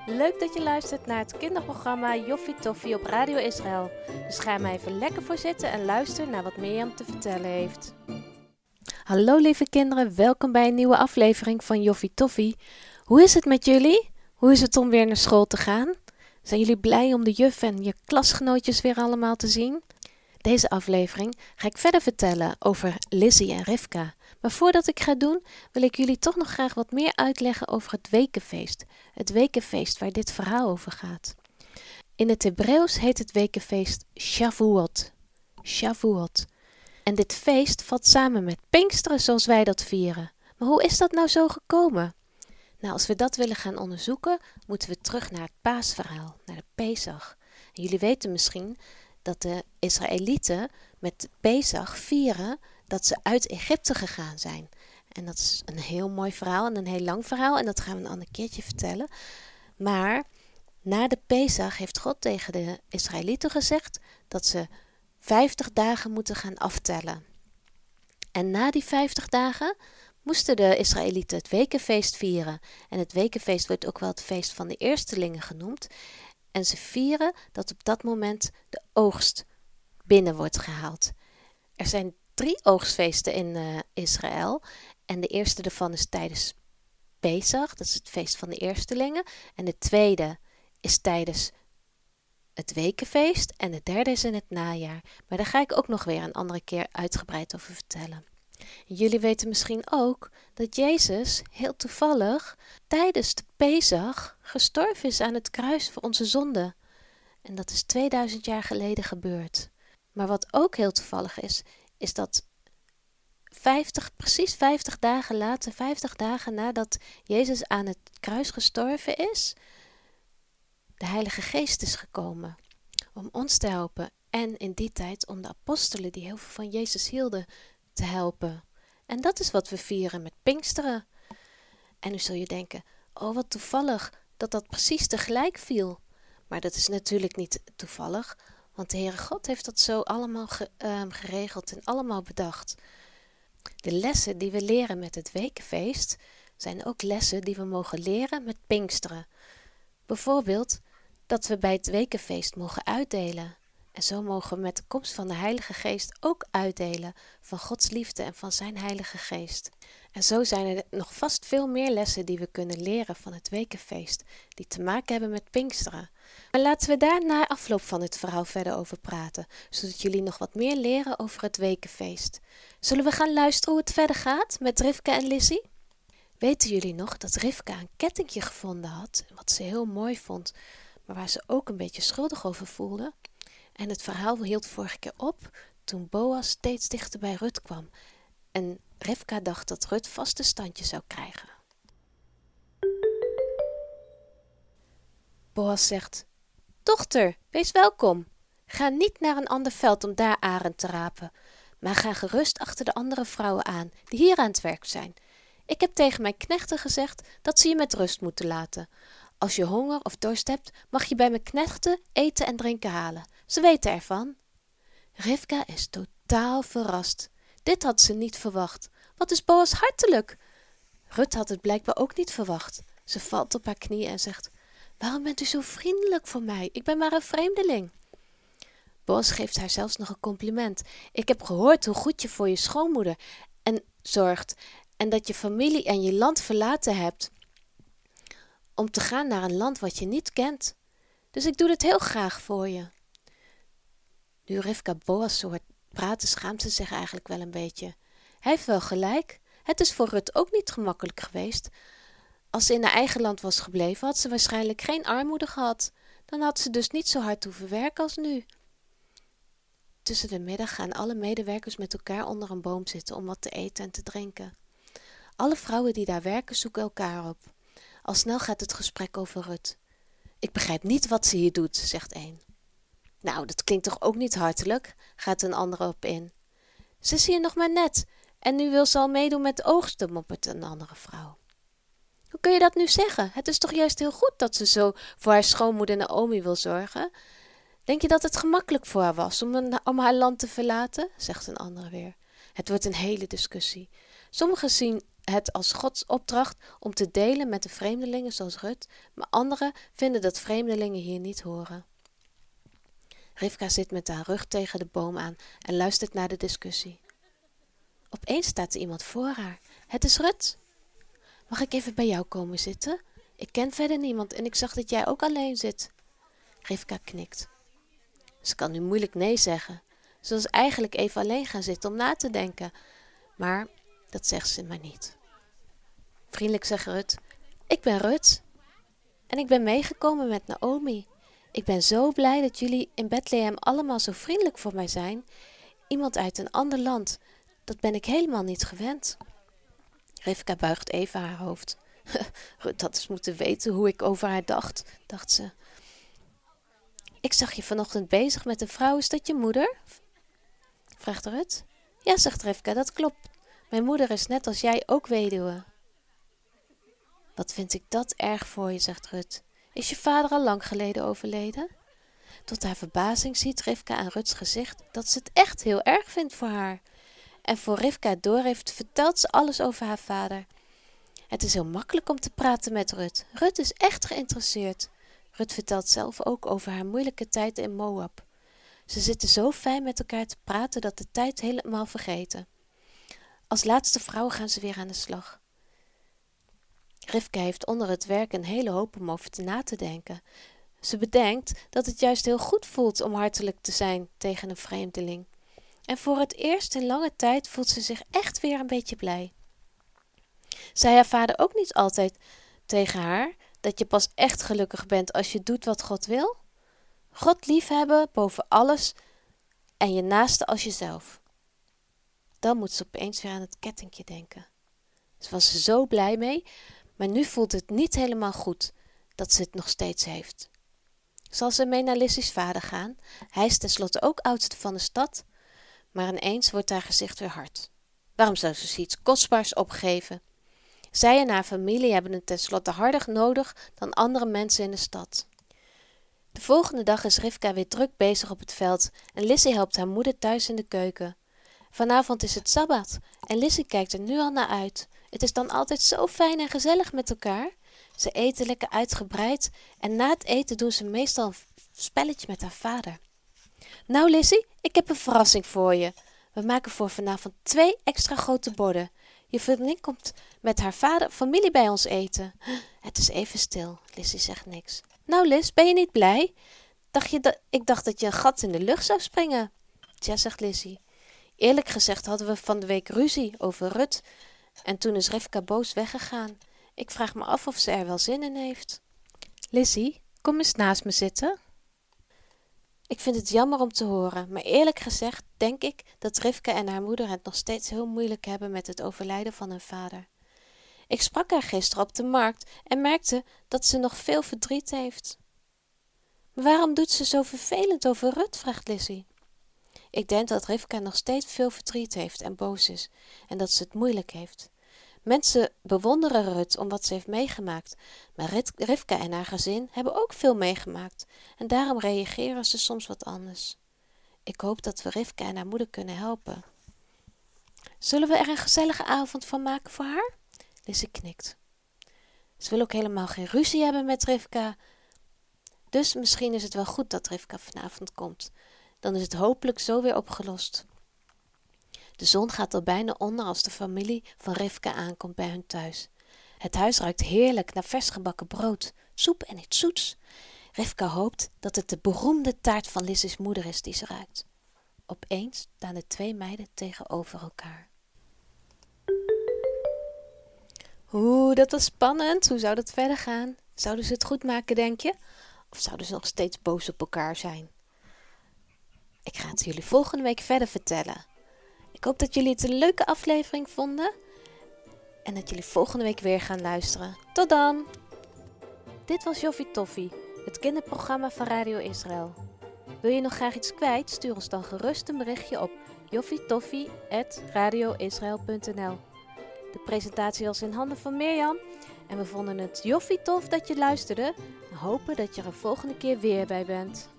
Leuk dat je luistert naar het kinderprogramma Joffie Toffie op Radio Israël. Dus ga er maar even lekker voor zitten en luister naar wat Mirjam te vertellen heeft. Hallo lieve kinderen, welkom bij een nieuwe aflevering van Joffie Toffie. Hoe is het met jullie? Hoe is het om weer naar school te gaan? Zijn jullie blij om de juf en je klasgenootjes weer allemaal te zien? Deze aflevering ga ik verder vertellen over Lizzie en Rivka. Maar voordat ik ga doen, wil ik jullie toch nog graag wat meer uitleggen over het wekenfeest. Het wekenfeest waar dit verhaal over gaat. In het Hebreeuws heet het wekenfeest Shavuot. Shavuot. En dit feest valt samen met Pinksteren zoals wij dat vieren. Maar hoe is dat nou zo gekomen? Nou, als we dat willen gaan onderzoeken, moeten we terug naar het paasverhaal, naar de Pesach. En jullie weten misschien dat de Israëlieten met Pesach vieren dat ze uit Egypte gegaan zijn. En dat is een heel mooi verhaal en een heel lang verhaal en dat gaan we een ander keertje vertellen. Maar na de Pesach heeft God tegen de Israëlieten gezegd dat ze 50 dagen moeten gaan aftellen. En na die 50 dagen moesten de Israëlieten het wekenfeest vieren. En het wekenfeest wordt ook wel het feest van de eerstelingen genoemd. En ze vieren dat op dat moment de oogst binnen wordt gehaald. Er zijn 3 oogstfeesten in Israël. En de eerste daarvan is tijdens Pesach, dat is het feest van de eerstelingen. En de tweede is tijdens het wekenfeest. En de derde is in het najaar. Maar daar ga ik ook nog weer een andere keer uitgebreid over vertellen. Jullie weten misschien ook dat Jezus heel toevallig tijdens de Pesach gestorven is aan het kruis voor onze zonden. En dat is 2000 jaar geleden gebeurd. Maar wat ook heel toevallig is dat precies 50 dagen later, 50 dagen nadat Jezus aan het kruis gestorven is, de Heilige Geest is gekomen om ons te helpen. En in die tijd om de apostelen die heel veel van Jezus hielden te helpen. En dat is wat we vieren met Pinksteren. En nu zul je denken, oh wat toevallig dat dat precies tegelijk viel. Maar dat is natuurlijk niet toevallig, want de Heere God heeft dat zo allemaal geregeld en allemaal bedacht. De lessen die we leren met het wekenfeest zijn ook lessen die we mogen leren met Pinksteren. Bijvoorbeeld dat we bij het wekenfeest mogen uitdelen. En zo mogen we met de komst van de Heilige Geest ook uitdelen van Gods liefde en van zijn Heilige Geest. En zo zijn er nog vast veel meer lessen die we kunnen leren van het wekenfeest, die te maken hebben met Pinksteren. Maar laten we daar na afloop van het verhaal verder over praten, zodat jullie nog wat meer leren over het wekenfeest. Zullen we gaan luisteren hoe het verder gaat met Rivka en Lizzie? Weten jullie nog dat Rivka een kettingje gevonden had, wat ze heel mooi vond, maar waar ze ook een beetje schuldig over voelde? En het verhaal hield vorige keer op toen Boas steeds dichter bij Rut kwam. En Rivka dacht dat Rut vaste standje zou krijgen. Boas zegt, dochter, wees welkom. Ga niet naar een ander veld om daar aren te rapen, maar ga gerust achter de andere vrouwen aan die hier aan het werk zijn. Ik heb tegen mijn knechten gezegd dat ze je met rust moeten laten. Als je honger of dorst hebt, mag je bij mijn knechten eten en drinken halen. Ze weten ervan. Rivka is totaal verrast. Dit had ze niet verwacht. Wat is Boas hartelijk! Rut had het blijkbaar ook niet verwacht. Ze valt op haar knieën en zegt, waarom bent u zo vriendelijk voor mij? Ik ben maar een vreemdeling. Boas geeft haar zelfs nog een compliment. Ik heb gehoord hoe goed je voor je schoonmoeder zorgt en dat je familie en je land verlaten hebt om te gaan naar een land wat je niet kent. Dus ik doe dit heel graag voor je. Nu Rivka Boas hoort praten, schaamt ze zich eigenlijk wel een beetje. Hij heeft wel gelijk. Het is voor Rut ook niet gemakkelijk geweest. Als ze in haar eigen land was gebleven, had ze waarschijnlijk geen armoede gehad. Dan had ze dus niet zo hard hoeven werken als nu. Tussen de middag gaan alle medewerkers met elkaar onder een boom zitten om wat te eten en te drinken. Alle vrouwen die daar werken zoeken elkaar op. Al snel gaat het gesprek over Rut. Ik begrijp niet wat ze hier doet, zegt een. Nou, dat klinkt toch ook niet hartelijk, gaat een andere op in. Ze is hier nog maar net en nu wil ze al meedoen met de oogsten, moppert een andere vrouw. Hoe kun je dat nu zeggen? Het is toch juist heel goed dat ze zo voor haar schoonmoeder Naomi wil zorgen? Denk je dat het gemakkelijk voor haar was om haar land te verlaten? Zegt een andere weer. Het wordt een hele discussie. Sommigen zien het als Gods opdracht om te delen met de vreemdelingen zoals Rut, maar anderen vinden dat vreemdelingen hier niet horen. Rivka zit met haar rug tegen de boom aan en luistert naar de discussie. Opeens staat er iemand voor haar. Het is Rut. Mag ik even bij jou komen zitten? Ik ken verder niemand en ik zag dat jij ook alleen zit. Rivka knikt. Ze kan nu moeilijk nee zeggen. Ze was eigenlijk even alleen gaan zitten om na te denken. Maar dat zegt ze maar niet. Vriendelijk zegt Rut. Ik ben Rut. En ik ben meegekomen met Naomi. Ik ben zo blij dat jullie in Bethlehem allemaal zo vriendelijk voor mij zijn. Iemand uit een ander land. Dat ben ik helemaal niet gewend. Rivka buigt even haar hoofd. Rut had eens moeten weten hoe ik over haar dacht ze. Ik zag je vanochtend bezig met een vrouw. Is dat je moeder? Vraagt Rut. Ja, zegt Rivka, dat klopt. Mijn moeder is net als jij ook weduwe. Wat vind ik dat erg voor je, zegt Rut. Is je vader al lang geleden overleden? Tot haar verbazing ziet Rivka aan Ruts gezicht dat ze het echt heel erg vindt voor haar. En voor Rivka door heeft, vertelt ze alles over haar vader. Het is heel makkelijk om te praten met Rut. Rut is echt geïnteresseerd. Rut vertelt zelf ook over haar moeilijke tijd in Moab. Ze zitten zo fijn met elkaar te praten dat de tijd helemaal vergeten. Als laatste vrouw gaan ze weer aan de slag. Rivka heeft onder het werk een hele hoop om over na te denken. Ze bedenkt dat het juist heel goed voelt om hartelijk te zijn tegen een vreemdeling. En voor het eerst in lange tijd voelt ze zich echt weer een beetje blij. Zei haar vader ook niet altijd tegen haar dat je pas echt gelukkig bent als je doet wat God wil? God liefhebben boven alles en je naaste als jezelf. Dan moet ze opeens weer aan het kettingje denken. Ze was er zo blij mee, maar nu voelt het niet helemaal goed dat ze het nog steeds heeft. Zal ze mee naar Lissy's vader gaan? Hij is tenslotte ook oudste van de stad. Maar ineens wordt haar gezicht weer hard. Waarom zou ze iets kostbaars opgeven? Zij en haar familie hebben het tenslotte harder nodig dan andere mensen in de stad. De volgende dag is Rivka weer druk bezig op het veld en Lissy helpt haar moeder thuis in de keuken. Vanavond is het sabbat en Lissy kijkt er nu al naar uit. Het is dan altijd zo fijn en gezellig met elkaar. Ze eten lekker uitgebreid en na het eten doen ze meestal een spelletje met haar vader. Nou Lissy, ik heb een verrassing voor je. We maken voor vanavond 2 extra grote borden. Je vriendin komt met haar familie bij ons eten. Het is even stil. Lissy zegt niks. Nou Lis, ben je niet blij? Ik dacht dat je een gat in de lucht zou springen. Tja, zegt Lissy. Eerlijk gezegd hadden we van de week ruzie over Rut. En toen is Rivka boos weggegaan. Ik vraag me af of ze er wel zin in heeft. Lissy, kom eens naast me zitten. Ik vind het jammer om te horen, maar eerlijk gezegd denk ik dat Rivka en haar moeder het nog steeds heel moeilijk hebben met het overlijden van hun vader. Ik sprak haar gisteren op de markt en merkte dat ze nog veel verdriet heeft. Maar waarom doet ze zo vervelend over Rut, vraagt Lissy. Ik denk dat Rivka nog steeds veel verdriet heeft en boos is en dat ze het moeilijk heeft. Mensen bewonderen Rut om wat ze heeft meegemaakt, maar Rivka en haar gezin hebben ook veel meegemaakt en daarom reageren ze soms wat anders. Ik hoop dat we Rivka en haar moeder kunnen helpen. Zullen we er een gezellige avond van maken voor haar? Lissy knikt. Ze wil ook helemaal geen ruzie hebben met Rivka, dus misschien is het wel goed dat Rivka vanavond komt. Dan is het hopelijk zo weer opgelost. De zon gaat al bijna onder als de familie van Rivka aankomt bij hun thuis. Het huis ruikt heerlijk naar vers gebakken brood, soep en iets zoets. Rivka hoopt dat het de beroemde taart van Lissy's moeder is die ze ruikt. Opeens staan de 2 meiden tegenover elkaar. Dat was spannend. Hoe zou dat verder gaan? Zouden ze het goed maken, denk je? Of zouden ze nog steeds boos op elkaar zijn? Ik ga het jullie volgende week verder vertellen. Ik hoop dat jullie het een leuke aflevering vonden en dat jullie volgende week weer gaan luisteren. Tot dan! Dit was Joffie Toffie, het kinderprogramma van Radio Israël. Wil je nog graag iets kwijt? Stuur ons dan gerust een berichtje op joffietoffie@radioisrael.nl. De presentatie was in handen van Mirjam en we vonden het joffie tof dat je luisterde en hopen dat je er een volgende keer weer bij bent.